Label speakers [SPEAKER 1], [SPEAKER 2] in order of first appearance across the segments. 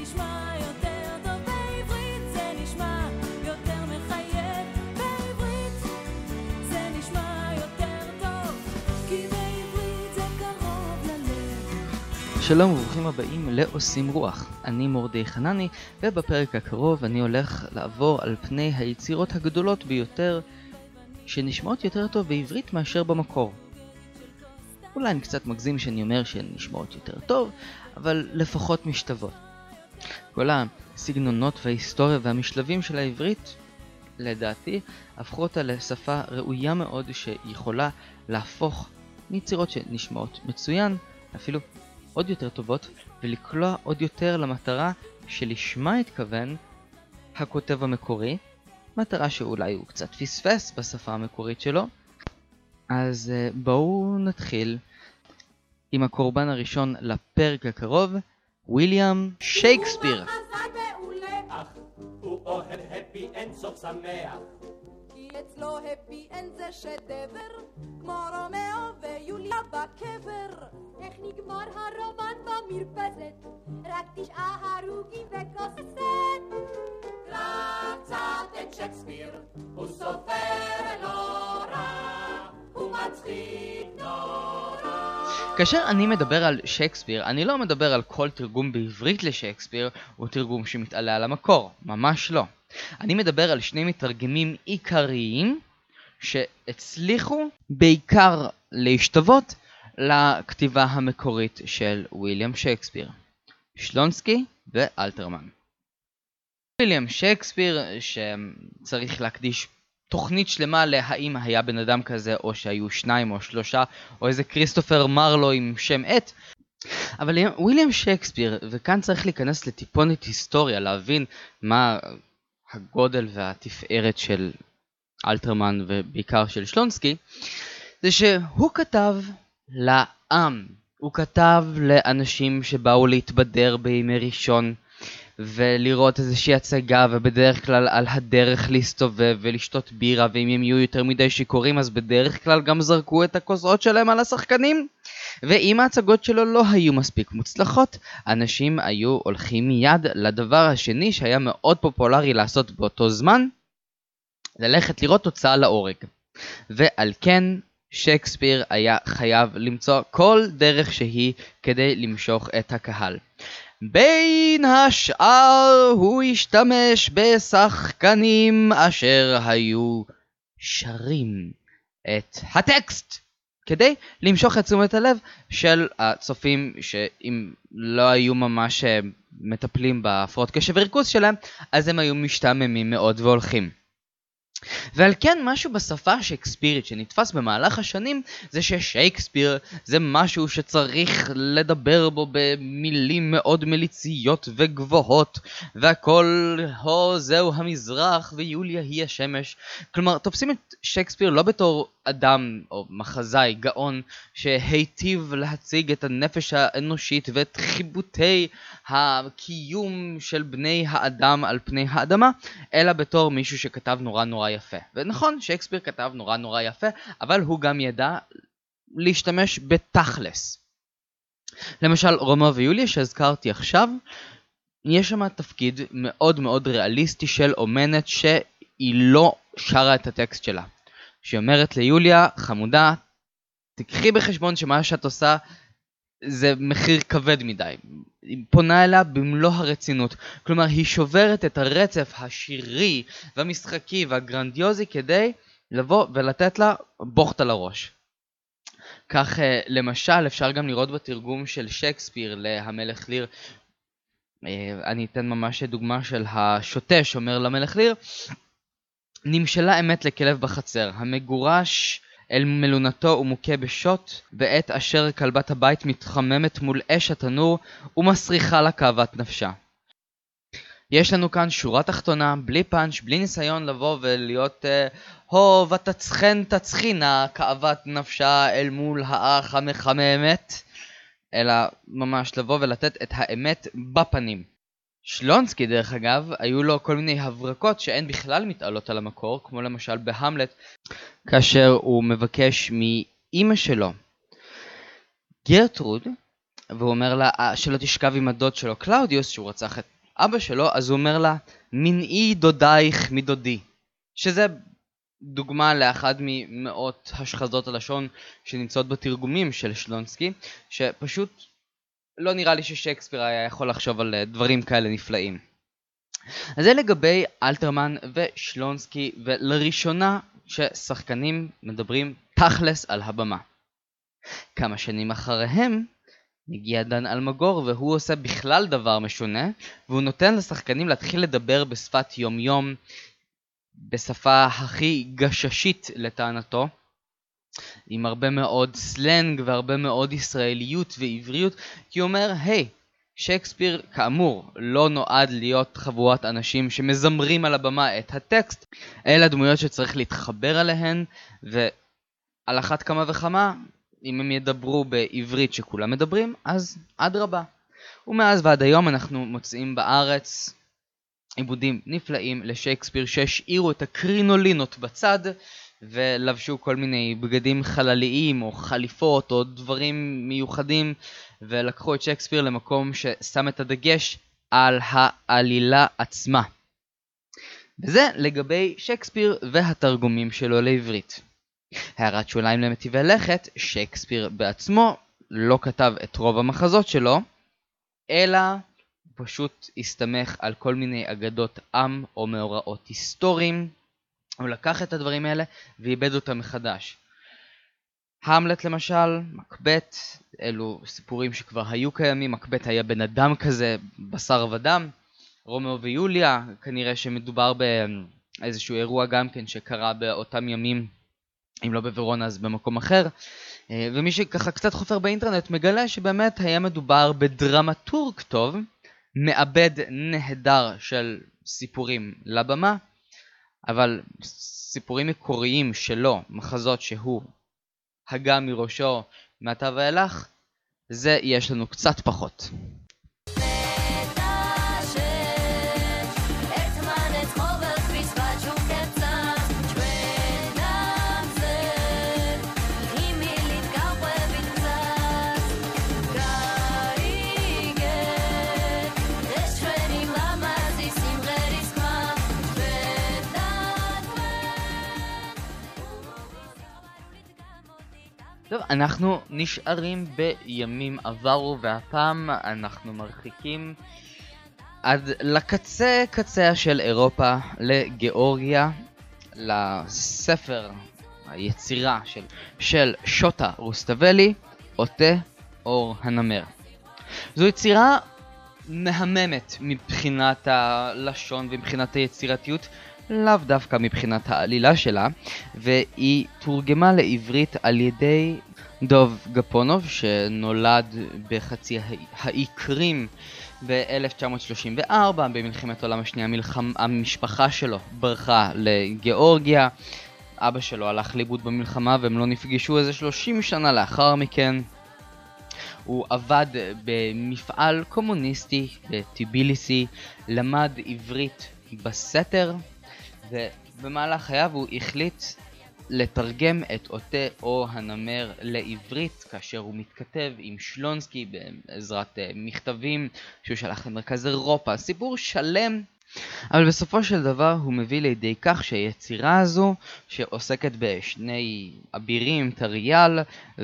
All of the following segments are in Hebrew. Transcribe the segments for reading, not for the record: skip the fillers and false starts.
[SPEAKER 1] נשמע יותר טוב בעברית, זה נשמע יותר מחייב בעברית, זה נשמע יותר טוב, כי בעברית זה קרוב ללב.
[SPEAKER 2] שלום וברוכים הבאים לעושים רוח. אני מורדי חנני, ובפרק הקרוב אני הולך לעבור על פני היצירות הגדולות ביותר שנשמעות יותר טוב בעברית מאשר במקור. אולי אני קצת מגזים שאני אומר שהן נשמעות יותר טוב, אבל לפחות משתוות. כל הסגנונות וההיסטוריה והמשלבים של העברית, לדעתי, הפכו אותה לשפה ראויה מאוד שיכולה להפוך מיצירות שנשמעות מצוין, אפילו עוד יותר טובות, ולקלוע עוד יותר למטרה שלשמה התכוון הכותב המקורי, מטרה שאולי הוא קצת פספס בשפה המקורית שלו. אז בואו נתחיל עם הקורבן הראשון לפרק הקרוב, ויליאם שייקספיר.
[SPEAKER 3] אך הוא אוהב הפי אנד סוף שמח,
[SPEAKER 1] כי אצלו הפי אנד זה שדבר, כמו רומאו ויוליה בקבר. איך נגמר הרומן במרפסת? רק 9 הרוגים וכוססת.
[SPEAKER 3] קרא קצת את שייקספיר, הוא סופר לא רע, הוא מצחיק נורא.
[SPEAKER 2] כאשר אני מדבר על שייקספיר, אני לא מדבר על כל תרגום בעברית לשייקספיר או תרגום שמתעלה על המקור, ממש לא. אני מדבר על שני מתרגמים עיקריים שהצליחו בעיקר להשתוות לכתיבה המקורית של ויליאם שייקספיר, שלונסקי ואלתרמן. ויליאם שייקספיר, שצריך להקדיש תוכנית שלמה להאם היה בן אדם כזה או שהיו 2 או 3 או איזה כריסטופר מרלו עם שם עט, אבל ויליאם שייקספיר, וכאן צריך להיכנס לטיפונת היסטוריה להבין מה הגודל והתפארת של אלתרמן ובעיקר של שלונסקי, זה שהוא כתב לעם, הוא כתב לאנשים שבאו להתבדר בימי ראשון ולראות איזושהי הצגה, ובדרך כלל על הדרך להסתובב ולשתות בירה, ואם הם יהיו יותר מדי שיכורים אז בדרך כלל גם זרקו את הכוסות שלהם על השחקנים. ואם ההצגות שלו לא היו מספיק מוצלחות, אנשים היו הולכים מיד לדבר השני שהיה מאוד פופולרי לעשות באותו זמן, ללכת לראות הוצאה להורג. ועל כן שייקספיר היה חייב למצוא כל דרך שהיא כדי למשוך את הקהל. בין השאר הוא השתמש בשחקנים אשר היו שרים את הטקסט כדי למשוך את תשומת הלב של הצופים, שאם לא היו ממש מטפלים בהפרעות קשב וריכוז שלהם אז הם היו משתעממים מאוד והולכים. ועל כן משהו בשפה השייקספירית שנתפס במהלך השנים זה ששייקספיר זה משהו שצריך לדבר בו במילים מאוד מליציות וגבוהות, והכל זהו המזרח ויוליה היא השמש. כלומר תופסים את שייקספיר לא בתור אדם או מחזאי גאון שהיטיב להציג את הנפש האנושית ואת חיבוטי הקיום של בני האדם על פני האדמה, אלא בתור מישהו שכתב נורא יפה. ונכון, שייקספיר כתב נורא יפה, אבל הוא גם ידע להשתמש בתכלס. למשל רומאו ויוליה שהזכרתי עכשיו, יש שם תפקיד מאוד ריאליסטי של אומנת שהיא לא שרה את הטקסט שלה, שהיא אומרת ליוליה, חמודה, תקחי בחשבון שמה שאת עושה זה מחיר כבד מדי. היא פונה אליה במלוא הרצינות, כלומר היא שוברת את הרצף השירי והמשחקי והגרנדיוזי כדי לבוא ולתת לה בוכת על הראש. כך למשל אפשר גם לראות בתרגום של שייקספיר להמלך ליר, אני אתן ממש דוגמה של השוטה שאומר למלך ליר, נמשלה אמת לכלב בחצר, המגורש אל מלונתו ומוכה בשוט, בעת אשר כלבת הבית מתחממת מול אש התנור ומסריחה לה כאוות נפשה. יש לנו כאן שורה תחתונה, בלי פאנץ', בלי ניסיון לבוא ולהיות ותצחינה כאוות נפשה אל מול האח המחממת, אלא ממש לבוא ולתת את האמת בפנים. שלונסקי דרך אגב, היו לו כל מיני הברקות שאין בכלל מתעלות על המקור, כמו למשל בהמלט, כאשר הוא מבקש מאמא שלו, גרטרוד, והוא אומר לה שלא תשכב עם הדוד שלו קלאודיוס, שהוא רצח את אבא שלו, אז הוא אומר לה, מנעי דודייך מדודי. שזה דוגמה לאחד ממאות השחזות הלשון שנמצאות בתרגומים של שלונסקי, שפשוט לא נראה לי ששייקספיר היה יכול לחשוב על דברים כאלה נפלאים. אז זה לגבי אלתרמן ושלונסקי, ולראשונה ששחקנים מדברים תכלס על הבמה. כמה שנים אחריהם מגיע דן אלמגור, והוא עושה בכלל דבר משונה, והוא נותן לשחקנים להתחיל לדבר בשפת יום יום, בשפה הכי גששית לטענתו, עם הרבה מאוד סלנג והרבה מאוד ישראליות ועבריות, כי הוא אומר, היי, שייקספיר כאמור לא נועד להיות חבורת אנשים שמזמרים על הבמה את הטקסט, אלא דמויות שצריך להתחבר עליהן, ועל אחת כמה וכמה, אם הם ידברו בעברית שכולם מדברים, אז אדרבה. ומאז ועד היום אנחנו מוצאים בארץ עיבודים נפלאים לשייקספיר שהשאירו את הקרינולינות בצד, ולבשו כל מיני בגדים חלליים או חליפות או דברים מיוחדים, ולקחו את שייקספיר למקום ששם את הדגש על העלילה עצמה. וזה לגבי שייקספיר והתרגומים שלו לעברית. הערת שוליים למטיבי לכת, שייקספיר בעצמו לא כתב את רוב המחזות שלו, אלא פשוט הסתמך על כל מיני אגדות עם או מאורעות היסטוריים, הוא לקח את הדברים האלה ואיבד אותם מחדש. המלט למשל, מקבט, אלו סיפורים שכבר היו קיימים, מקבט היה בן אדם כזה, בשר ודם. רומאו ויוליה, כנראה שמדובר באיזשהו אירוע גם כן שקרה באותם ימים, אם לא בוורונה אז במקום אחר. ומי שככה קצת חופר באינטרנט מגלה שבאמת היה מדובר בדרמטורג טוב, מעבד נהדר של סיפורים לבמה, אבל סיפורים מקוריים שלו, מחזות שהוא הגה מראשו מעתה ואילך, זה יש לנו קצת פחות. טוב, אנחנו נשארים בימים עברו, והפעם אנחנו מרחיקים עד לקצה קצה של אירופה, לגיאורגיה, לספר היצירה של שוטה רוסטבלי, עוטה אור הנמר. זו יצירה מהממת מבחינת הלשון ומבחינת היצירתיות, לאו דווקא מבחינת העלילה שלה, והיא תורגמה לעברית על ידי דוב גפונוב, שנולד בחצי האי קרים ב-1934 במלחמת העולם השנייה. המשפחה שלו ברחה לגיאורגיה, אבא שלו הלך לאיבוד במלחמה והם לא נפגשו איזה 30 שנה לאחר מכן. הוא עבד במפעל קומוניסטי בטיביליסי, למד עברית בסתר, ובמהלך חייו הוא החליט לתרגם את עוטה אור הנמר לעברית, כאשר הוא מתכתב עם שלונסקי בעזרת מכתבים שהוא שלח למרכז אירופה. סיפור שלם, אבל בסופו של דבר הוא מביא לידי כך שהיצירה הזו, שעוסקת בשני אבירים, טריאל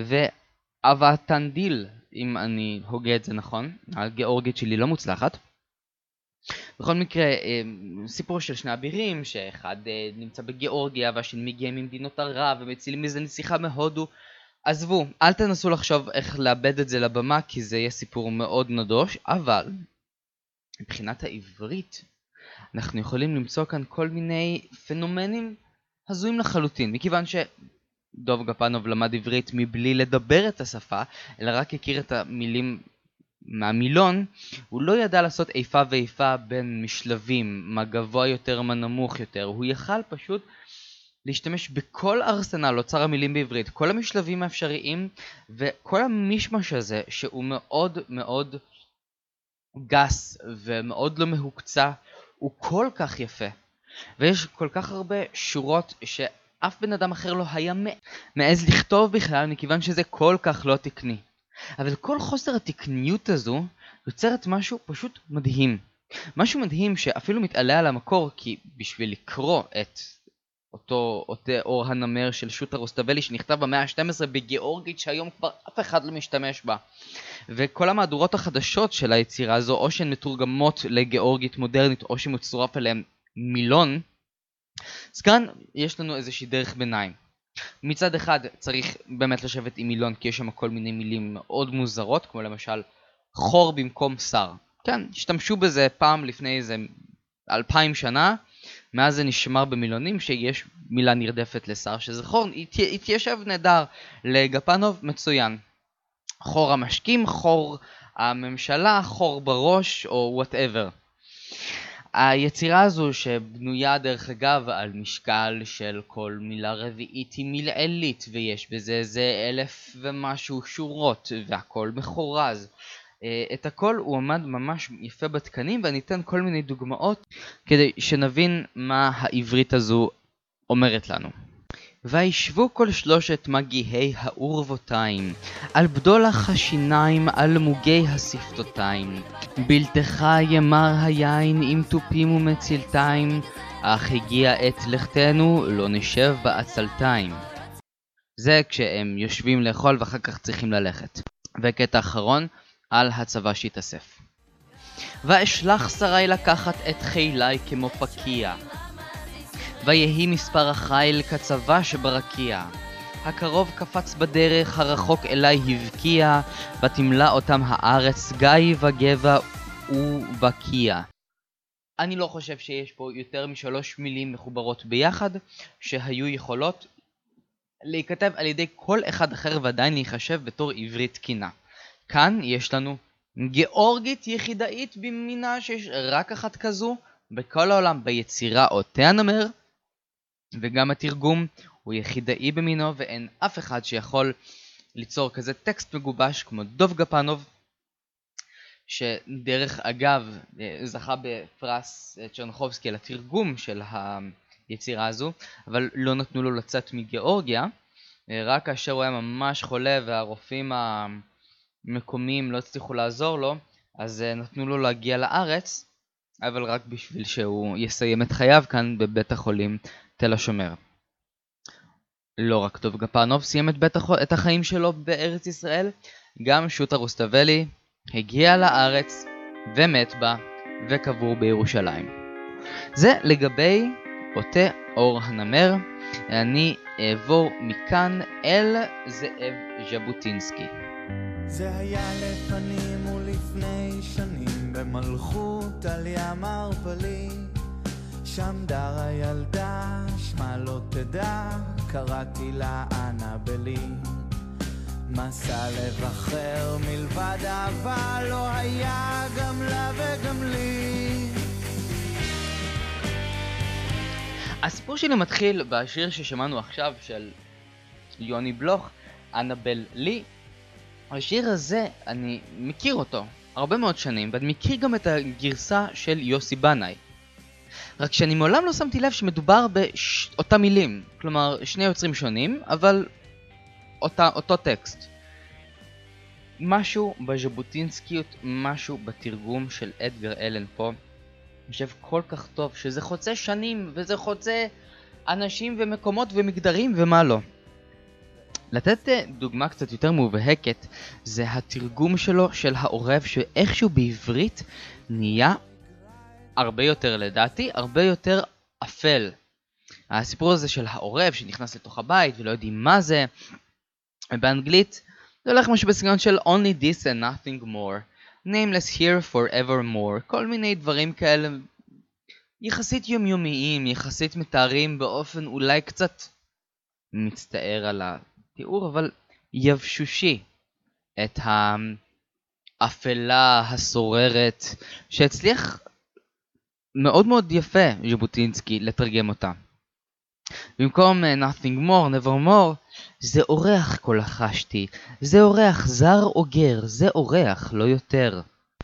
[SPEAKER 2] ואבטנדיל, אם אני הוגה את זה נכון, הגיאורגית שלי לא מוצלחת. בכל מקרה, סיפור של שני אבירים, שאחד נמצא בגיאורגיה והשני מגיע ממדינות ערב ומצילים איזה נסיכה מהודו. עזבו, אל תנסו לחשוב איך לאבד את זה לבמה, כי זה יהיה סיפור מאוד נדוש, אבל מבחינת העברית אנחנו יכולים למצוא כאן כל מיני פנומנים הזויים לחלוטין, מכיוון שדוב גפונוב למד עברית מבלי לדבר את השפה, אלא רק הכיר את המילים מהמילון. הוא לא ידע לעשות איפה ואיפה בין משלבים, מה גבוה יותר, מה נמוך יותר. הוא יכל פשוט להשתמש בכל ארסנל אוצר המילים בעברית, כל המשלבים האפשריים, וכל המשמש הזה שהוא מאוד מאוד גס ומאוד לא מהוקצה, הוא כל כך יפה. ויש כל כך הרבה שורות שאף בן אדם אחר לא היה מעז לכתוב בכלל, מכיוון שזה כל כך לא תקני. אבל כל חוסר התקניות הזו יוצרת משהו פשוט מדהים. משהו מדהים שאפילו מתעלה על המקור, כי בשביל לקרוא את אותו אור הנמר של שוטה רוסטבלי שנכתב במאה ה-12 בגיאורגית שהיום כבר אף אחד לא משתמש בה, וכל המהדורות החדשות של היצירה הזו או שהן מתורגמות לגיאורגית מודרנית או שמצורף אליהן מילון, אז כאן יש לנו איזושהי דרך ביניים. מצד אחד צריך באמת לשבת עם מילון כי יש שם כל מיני מילים מאוד מוזרות, כמו למשל חור במקום שר. כן, השתמשו בזה פעם לפני איזה 2000 שנה, מאז זה נשמר במילונים שיש מילה נרדפת לשר, שזה חור, התיישב נהדר. לגפנוב מצוין. חור המשקים, חור הממשלה, חור בראש או whatever. היצירה הזו שבנויה דרך אגב על משקל של כל מילה רביעית היא מלעילית, ויש בזה איזה 1000 ומשהו שורות והכל מחורז. את הכל הוא עמד ממש יפה בתקנים, ואני אתן כל מיני דוגמאות כדי שנבין מה העברית הזו אומרת לנו. וישבו כל שלושת מגיהי האורבותיים, על בדולח השיניים, על מוגי השפתותיים. בלתך ימר היין עם תופים ומצלתיים, אך הגיע עת לכתנו, לא נשב בעצלתיים. זה כשהם יושבים לאכול ואחר כך צריכים ללכת. וקטע אחרון, על הצבא שהתאסף. ואשלח שרי לקחת את חילי כמו פקיע, ויהי מספר החיל כצבא שברקיע. הקרוב קפץ בדרך, הרחוק אליי הבקיע, ותמלא אותם הארץ גיא וגבע ובקיע. אני לא חושב שיש פה יותר מ3 מילים מחוברות ביחד, שהיו יכולות להיכתב על ידי כל אחד אחר ועדיין להיחשב בתור עברית תקינה. כאן יש לנו גיאורגית יחידאית במינה שיש רק אחת כזו בכל העולם ביצירה אותה הנמר, וגם התרגום הוא יחידאי במינו ואין אף אחד שיכול ליצור כזה טקסט מגובש כמו דוב גפנוב, שדרך אגב זכה בפרס צ'רניחובסקי על התרגום של היצירה הזו, אבל לא נתנו לו לצאת מגיאורגיה, רק כאשר הוא היה ממש חולה והרופאים המקומיים לא הצליחו לעזור לו, אז נתנו לו להגיע לארץ, אבל רק בשביל שהוא יסיים את חייו כאן בבית החולים תל השומר. לא רק דוב גפנוב סיים את החיים שלו בארץ ישראל, גם שוטה רוסטבלי הגיע לארץ ומת בה וקבור בירושלים. זה לגבי אותה אור הנמר. אני אעבור מכאן אל זאב ז'בוטינסקי.
[SPEAKER 4] זה היה לפנים ולפני שנים במלכות על ים ערפלי, שם דרה ילדה שמה לא תדע, קראתי לה אנבלי. מסע לב אחר מלבד אהבה לא היה גם לה וגם לי.
[SPEAKER 2] הסיפור שלי מתחיל בשיר ששמענו עכשיו של יוני בלוך, אנבל לי. השיר הזה אני מכיר אותו הרבה מאוד שנים, ואני מכיר גם את הגרסה של יוסי בנאי. רק שאני מעולם לא שמתי לב שמדובר באותה מילים, כלומר שני יוצרים שונים, אבל אותו טקסט. משהו בז'בוטינסקיות, משהו בתרגום של אדגר אלן פה, אני חושב כל כך טוב, שזה חוצה שנים וזה חוצה אנשים ומקומות ומגדרים ומה לא. לתת דוגמה קצת יותר מובהקת, זה התרגום שלו של העורב, שאיכשהו בעברית נהיה הרבה יותר, לדעתי, הרבה יותר אפל. הסיפור הזה של העורב שנכנס לתוך הבית ולא יודעים מה זה, באנגלית זה הולך משהו בסגנון של only this and nothing more, nameless here forevermore, כל מיני דברים כאלה יחסית יומיומיים, יחסית מתארים באופן אולי קצת מצטער על התיאור, אבל יבשושי את האפלה הסוררת שהצליח מאוד מאוד יפה ז'בוטינסקי לתרגם אותה. במקום nothing more, never more, זה אורח כל החשתי, זה אורח זר או גר, זה אורח לא יותר.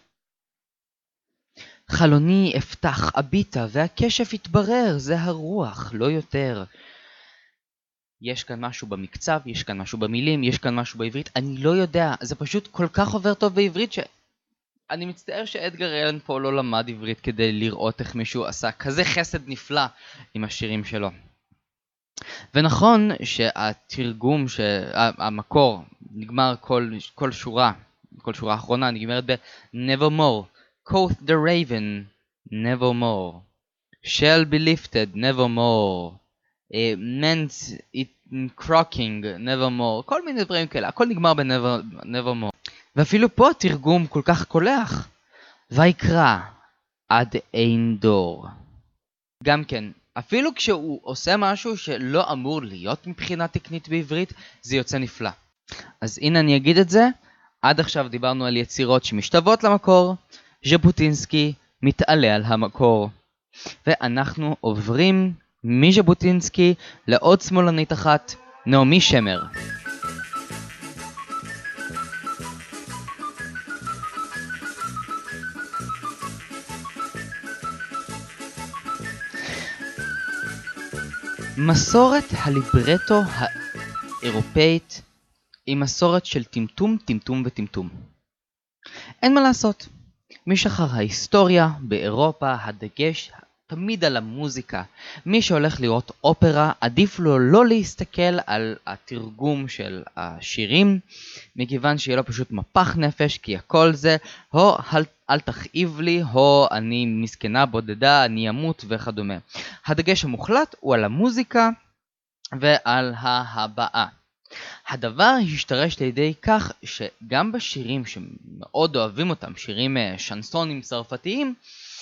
[SPEAKER 2] חלוני אפתח אביטה והקשף יתברר, זה הרוח לא יותר. יש כאן משהו במקצב, יש כאן משהו במילים, יש כאן משהו בעברית, אני לא יודע, זה פשוט כל כך עובר טוב בעברית אני מצטער שאדגר אלן פו לא למד עברית כדי לראות איך מישהו עשה כזה חסד נפלא עם השירים שלו. ונכון שהתרגום, המקור, נגמר כל שורה האחרונה, נגמרת ב-Nevermore, Quoth the Raven, Nevermore, Shall be lifted, Nevermore, meant it crocking, Nevermore, כל מיני דברים כאלה, הכל נגמר ב-Nevermore. ואפילו פה התרגום כל כך קולח, ויקרא עד אין דור. גם כן, אפילו כשהוא עושה משהו שלא אמור להיות מבחינה תקנית בעברית, זה יוצא נפלא. אז הנה אני אגיד את זה, עד עכשיו דיברנו על יצירות שמשתוות למקור, ז'בוטינסקי מתעלה על המקור. ואנחנו עוברים מז'בוטינסקי לעוד שמאלנית אחת, נעמי שמר. מסורת הליברטו האירופאית היא מסורת של טמטום, טמטום וטמטום. אין מה לעשות. משחר ההיסטוריה באירופה הדגש תמיד על המוזיקה. מי שהולך לראות אופרה עדיף לו לא להסתכל על התרגום של השירים, מכיוון שיהיה לו פשוט מפח נפש, כי הכל זה הו אל תכאיב לי, הו אני מסכנה בודדה, אני אמות וכדומה. הדגש המוחלט הוא על המוזיקה ועל ההבעה. הדבר השתרש לידי כך שגם בשירים שמאוד אוהבים אותם, שירים שנסונים צרפתיים,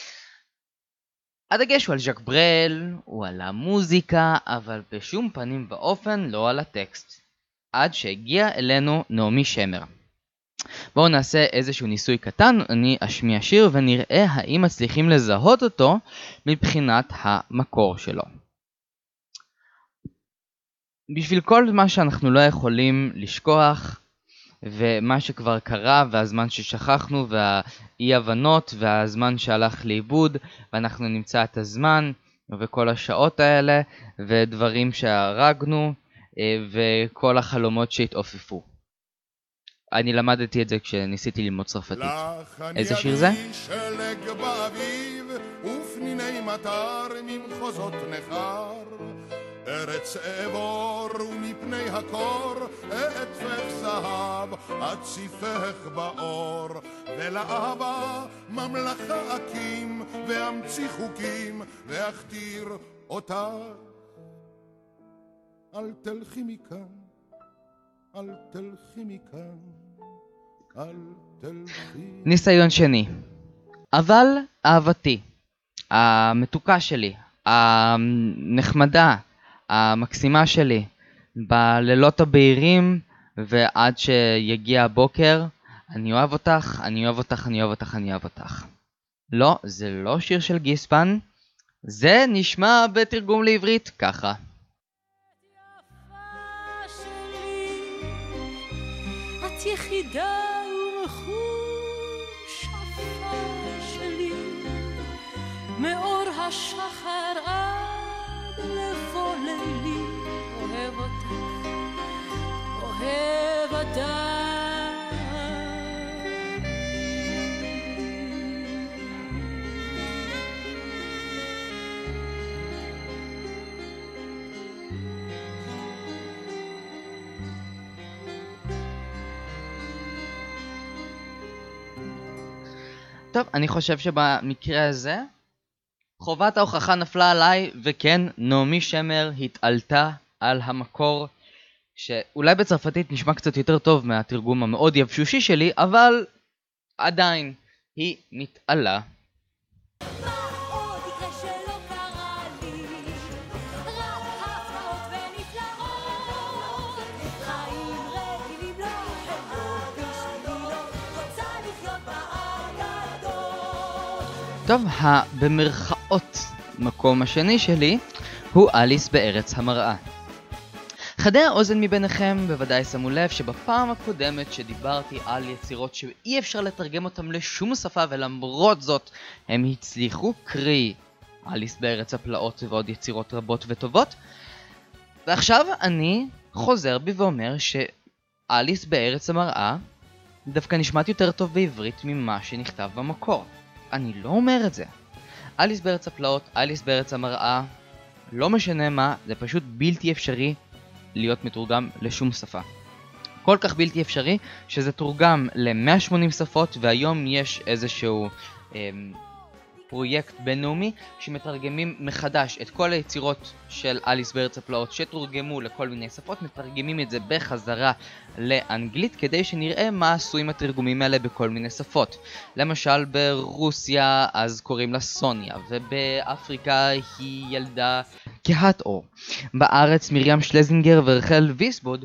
[SPEAKER 2] הדגש הוא על ז'אק ברל, הוא על המוזיקה, אבל בשום פנים ואופן לא על הטקסט. עד שהגיע אלינו נעמי שמר. בואו נעשה איזשהו ניסוי קטן, אני אשמיע שיר ונראה האם מצליחים לזהות אותו מבחינת המקור שלו. בשביל כל מה שאנחנו לא יכולים לשכוח, ומה שכבר קרה, והזמן ששכחנו, והאי הבנות, והזמן שהלך לאיבוד, ואנחנו נמצא את הזמן, וכל השעות האלה, ודברים שהרגנו, וכל החלומות שהתעופפו. אני למדתי את זה כשניסיתי ללמוד צרפתית. איזה שיר זה?
[SPEAKER 5] שלג באביב ופניני מטר ממחוזות נחר, ארץ אבור ומפני הקור אתפך זהב אציפך באור, ולאבא ממלכה אקים ואמציא חוקים ואכתיר אותה. אל תלכי מכאן, אל תלכי מכאן, אל תלכי.
[SPEAKER 2] ניסיון שני. אבל אהבתי, המתוקה שלי, הנחמדה, המקסימה שלי, בלילות הבהירים ועד שיגיע הבוקר, אני אוהב אותך, אני אוהב אותך, אני אוהב אותך, אני אוהב אותך. לא, זה לא שיר של גיספן, זה נשמע בתרגום לעברית ככה.
[SPEAKER 1] את יחידה ומחוש עפר שלי, מאור השחר עד לבוא לילי, אוהב אותך, אוהב אותך.
[SPEAKER 2] טוב, אני חושב שבמקרה הזה חובת ההוכחה נפלה עליי, וכן, נעמי שמר התעלתה על המקור, שאולי בצרפתית נשמע קצת יותר טוב מהתרגום המאוד יבשושי שלי, אבל עדיין היא מתעלה. טוב, במרכאות מקום השני שלי הוא אליס בארץ המראה. חדי האוזן מביניכם בוודאי שמו לב שבפעם הקודמת שדיברתי על יצירות שאי אפשר לתרגם אותם לשום שפה, ולמרות זאת הם הצליחו, קרי אליס בארץ הפלאות ועוד יצירות רבות וטובות. ועכשיו אני חוזר בי ואומר שאליס בארץ המראה דווקא נשמעת יותר טוב בעברית ממה שנכתב במקור. אני לא אומר את זה. אליס בארץ הפלאות, אליס בארץ המראה, לא משנה מה, זה פשוט בלתי אפשרי להיות מתורגם לשום שפה. כל כך בלתי אפשרי שזה תורגם ל-180 שפות, והיום יש איזשהו פרויקט בינלאומי שמתרגמים מחדש את כל היצירות של אליס בארץ הפלאות שתורגמו לכל מיני שפות, מתרגמים את זה בחזרה לאנגלית כדי שנראה מה עשו עם התרגומים האלה בכל מיני שפות. למשל ברוסיה אז קוראים לה סוניה, ובאפריקה היא ילדה כהת אור. בארץ מרים שלזינגר ורחל ויסבוד,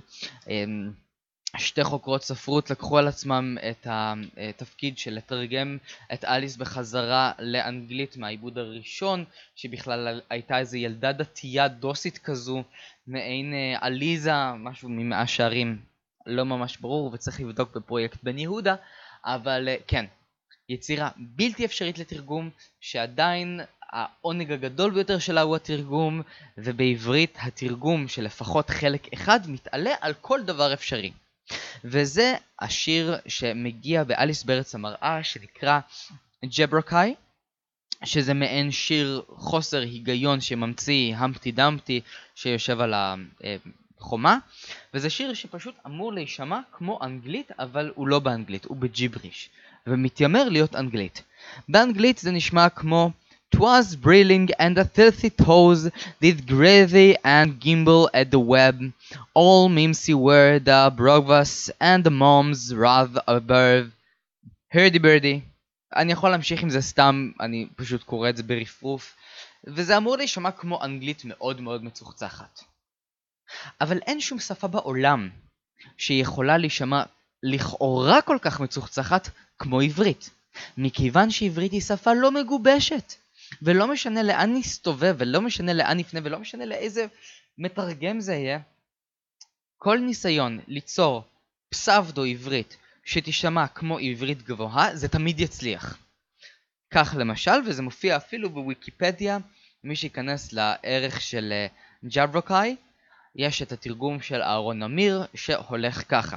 [SPEAKER 2] שתי חוקרות ספרות, לקחו על עצמם את התפקיד של לתרגם את אליס בחזרה לאנגלית מהעיבוד הראשון, שבכלל הייתה איזו ילדה דתייה דוסית כזו, מעין אליזה, משהו ממאה שערים, לא ממש ברור וצריך לבדוק בפרויקט בן יהודה, אבל כן, יצירה בלתי אפשרית לתרגום, שעדיין העונג הגדול ביותר שלה הוא התרגום, ובעברית התרגום של לפחות חלק אחד מתעלה על כל דבר אפשרי. וזה השיר שמגיע באליס בארץ המראה שנקרא ג'ברוקאי, שזה מעין שיר חוסר היגיון שממציא המפטי דמפטי שיושב על החומה, וזה שיר שפשוט אמור להישמע כמו אנגלית, אבל הוא לא באנגלית, הוא בג'יבריש, ומתיימר להיות אנגלית. באנגלית זה נשמע כמו "'Twas brilling and the filthy toes did gravy and gimble at the web. All mimsy were the brothers and the moms rather above. Herdy birdy." אני יכול להמשיך עם זה סתם, אני פשוט קורא את זה ברפרוף, וזה אמור להישמע כמו אנגלית מאוד מאוד מצוחצחת. אבל אין שום שפה בעולם שיכולה להישמע לכאורה כל כך מצוחצחת כמו עברית, מכיוון שעברית היא שפה לא מגובשת. ולא משנה לאן נסתובב, ולא משנה לאן נפנה, ולא משנה לאיזה מתרגם זה יהיה, כל ניסיון ליצור פסבדו עברית שתשמע כמו עברית גבוהה, זה תמיד יצליח. כך למשל, וזה מופיע אפילו בוויקיפדיה, מי שיכנס לערך של ג'ברוקאי, יש את התרגום של אהרון אמיר שהולך ככה: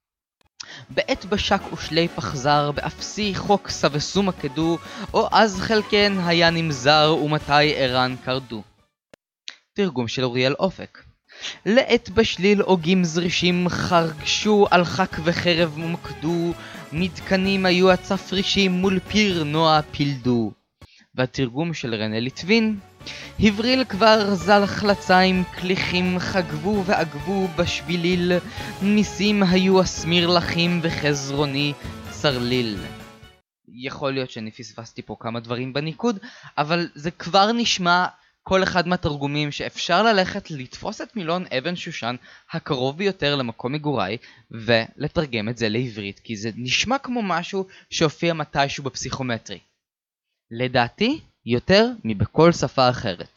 [SPEAKER 2] בעת בשק ושלי פחזר, באפסי חוק סבסום עקדו, או אז חלקן היה נמזר ומתי ערן קרדו. תרגום של אוריאל אופק: לעת בשליל עוגים זרישים חרגשו על חק וחרב ומקדו, מתקנים היו הצפרישים מול פיר נוע פילדו. והתרגום של רנה ליטבין: הבריל כבר זל חלציים קליחים חגבו ועגבו בשביליל, ניסים היו הסמיר לחים וחזרוני צרליל. יכול להיות שאני פספסתי פה כמה דברים בניקוד, אבל זה כבר נשמע כל אחד מהתרגומים שאפשר ללכת לתפוס את מילון אבן שושן הקרוב ביותר למקום מגוריי ולתרגם את זה לעברית, כי זה נשמע כמו משהו שהופיע מתישהו בפסיכומטרי. לדעתי יותר מבכל שפה אחרת.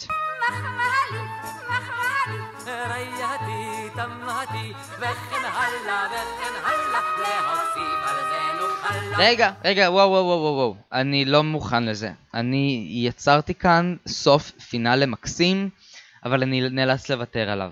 [SPEAKER 2] רגע, וואו, אני לא מוכן לזה. אני יצרתי כאן סוף פינאלה מקסים, אבל אני נאלץ לוותר עליו.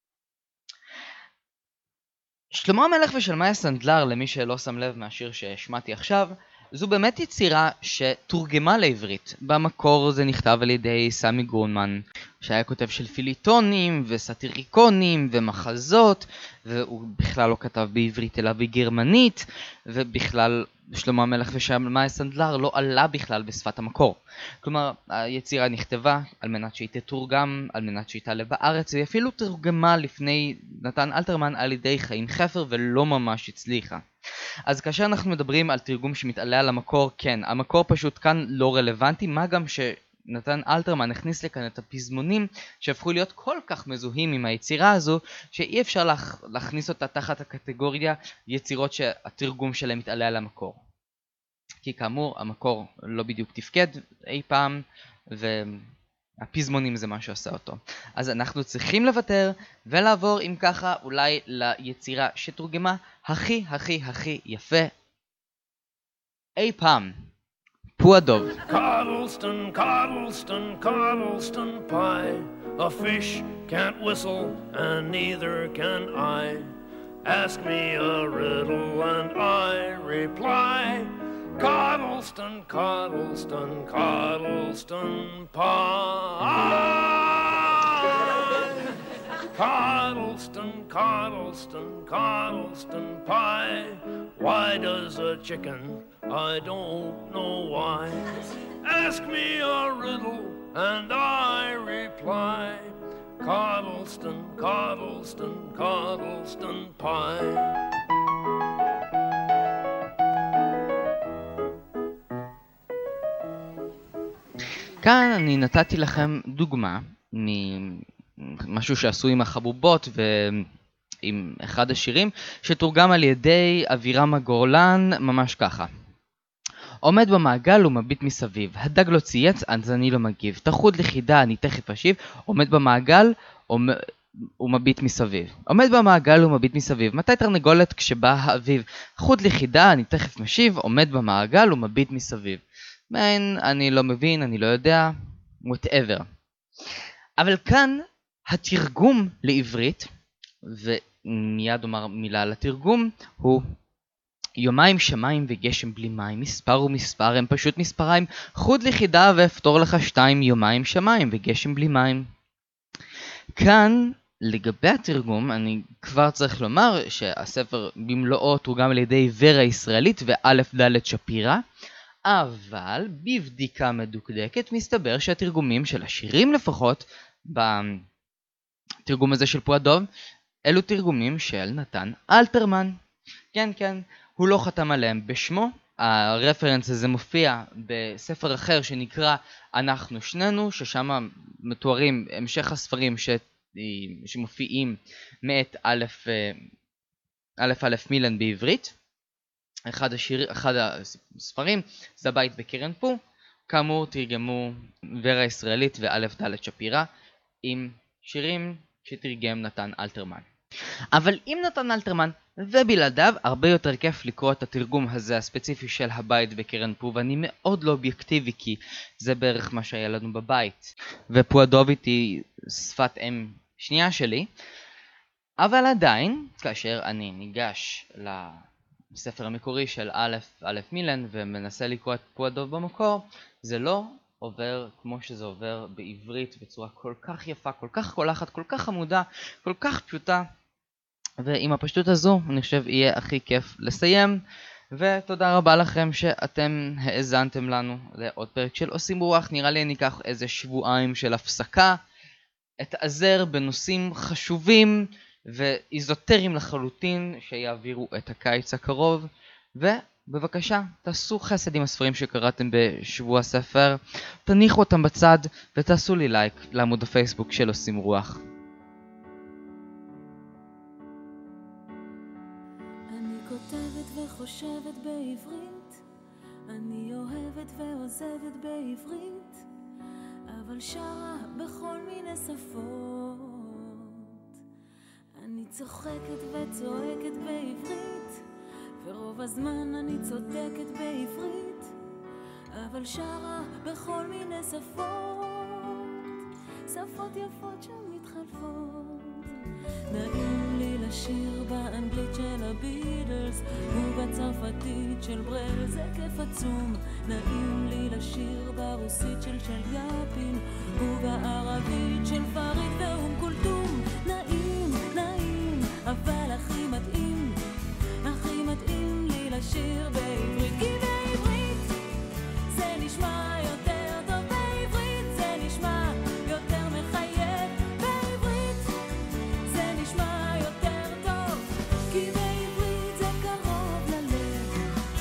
[SPEAKER 2] שלמה המלך ושלמיה סנדלר, למי שלא שם לב מהשיר שהשמעתי עכשיו, זו באמת יצירה שתורגמה לעברית. במקור זה נכתב על ידי סמי גרונמן, שהיה כותב של פיליטונים וסטיריקונים ומחזות, והוא בכלל לא כתב בעברית אלא בגרמנית, ובכלל שלמה המלך ושלמיה סנדלר לא עלה בכלל בשפת המקור. כלומר, היצירה נכתבה על מנת שהיא תתורגם, על מנת שהיא תעלה בארץ, והיא אפילו תורגמה לפני נתן אלתרמן על ידי חיים חפר ולא ממש הצליחה. אז כאשר אנחנו מדברים על תרגום שמתעלה על המקור, כן, המקור פשוט כאן לא רלוונטי, מה גם שנתן אלתרמן הכניס לכאן את הפזמונים שהפכו להיות כל כך מזוהים עם היצירה הזו, שאי אפשר להכניס אותה תחת הקטגוריה יצירות שהתרגום שלהם מתעלה על המקור. כי כאמור, המקור לא בדיוק תפקד אי פעם, והפזמונים זה מה שעושה אותו. אז אנחנו צריכים לוותר ולעבור אם ככה אולי ליצירה שתורגמה הכי יפה אי פעם. פועדוב.
[SPEAKER 6] Coddleston, Coddleston, Coddleston pie. A fish can't whistle and neither can I. Ask me a riddle and I reply. Coddleston, Coddleston, Coddleston pie. Coddleston, Coddleston, Coddleston pie. Why does a chicken? I don't know why. Ask me a riddle and I reply. Coddleston, Coddleston, Coddleston pie.
[SPEAKER 2] כאן אני נתתי לכם דוגמה ממשהו שעשו עם החבובות ועם אחד השירים שתורגם על ידי אבירם הגורלן ממש ככה. עומד במעגל ומביט מסביב, הדג לא צייץ אז אני לא מגיב, תחוד לחידה אני תכף אשיב, עומד במעגל ומביט מסביב. עומד במעגל ומביט מסביב, מתי תרנגולת כשבא האביב? חוד לחידה אני תכף משיב, עומד במעגל ומביט מסביב. מעין, אני לא מבין, אני לא יודע, whatever. אבל כאן התרגום לעברית, ומיד אומר מילה על התרגום, הוא יומיים שמיים וגשם בלי מים, מספר ומספר הם פשוט מספריים, חוד לחידה ואפתור לך 2, יומיים שמיים וגשם בלי מים. כאן לגבי התרגום אני כבר צריך לומר שהספר במלואו תורגם על ידי ורה ישראלית ואלף ד' שפירא, אבל בבדיקה מדוקדקת מסתבר שהתרגומים של השירים לפחות בתרגום הזה של פועדוב אלו תרגומים של נתן אלתרמן. כן, הוא לא חתם עליהם בשמו. הרפרנס הזה מופיע בספר אחר שנקרא אנחנו שנינו, ששם מתוארים המשך הספרים שמופיעים מאת א' מילן בעברית. אחד הספרים זה הבית בקרן פו, כאמור תרגמו ורה ישראלית ואלף ד' שפירא עם שירים שתרגם נתן אלתרמן. אבל עם נתן אלתרמן ובלעדיו הרבה יותר כיף לקרוא את התרגום הזה הספציפי של הבית בקרן פו, ואני מאוד לא אובייקטיבי כי זה בערך מה שהיה לנו בבית, ופועדובית היא שפת אם שנייה שלי. אבל עדיין כאשר אני ניגש לספר המקורי של א' מילן ומנסה לקרוא את פועדוב במקור, זה לא עובר כמו שזה עובר בעברית בצורה כל כך יפה, כל כך קולחת, כל כך עמודה, כל כך פשוטה. ועם הפשטות הזו אני חושב יהיה הכי כיף לסיים, ותודה רבה לכם שאתם האזנתם לנו לעוד פרק של עושים רוח. נראה לי ניקח איזה שבועיים של הפסקה, אתעזר בנושאים חשובים ואיזוטריים לחלוטין שיעבירו את הקיץ הקרוב, ובבקשה תעשו חסד עם הספרים שקראתם בשבוע הספר, תניחו אותם בצד ותעשו לי לייק לעמוד הפייסבוק של עושים רוח.
[SPEAKER 1] אני כותבת וחושבת בעברית, אני אוהבת ועוזבת בעברית, אבל שרה בכל מיני שפות. אני צוחקת וצועקת בעברית, ורוב הזמן אני צודקת בעברית, אבל שרה בכל מיני שפות יפות שמתחלפות. נעים לי לשיר באנגלית של הביטלס ובצרפתית של ברל, זה כיף עצום. נעים לי לשיר ברוסית של יפין ובערבית של פריד ואום כולתום. נעים, אבל הכי מתאים לי לשיר בעברית, כי בעברית זה נשמע יותר טוב, בעברית זה נשמע יותר מחייב, בעברית זה נשמע יותר טוב, כי בעברית זה קרוב ללב.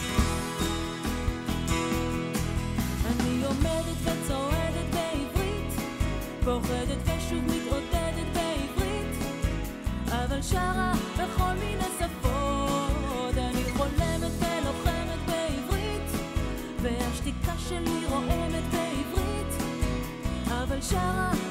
[SPEAKER 1] אני עומדת וצועדת בעברית, פוחדת ושוב מתעודדת בעברית, אבל שרה בכל מיני שפות. אני חולמת ולוחמת בעברית, והשתיקה שלי רועמת בעברית, אבל שרה